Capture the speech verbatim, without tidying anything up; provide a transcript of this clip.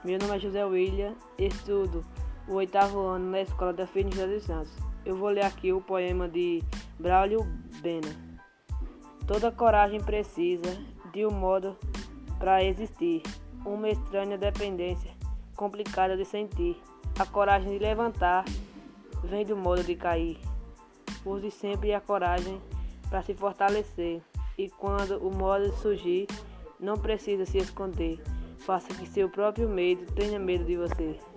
Meu nome é José William, estudo o oitavo ano na Escola da Fênix dos Santos. Eu vou ler aqui o poema de Braulio Bena. Toda coragem precisa de um modo para existir, uma estranha dependência complicada de sentir. A coragem de levantar vem do modo de cair. Use sempre a coragem para se fortalecer, e quando o modo surgir, não precisa se esconder. Faça que seu próprio medo tenha medo de você.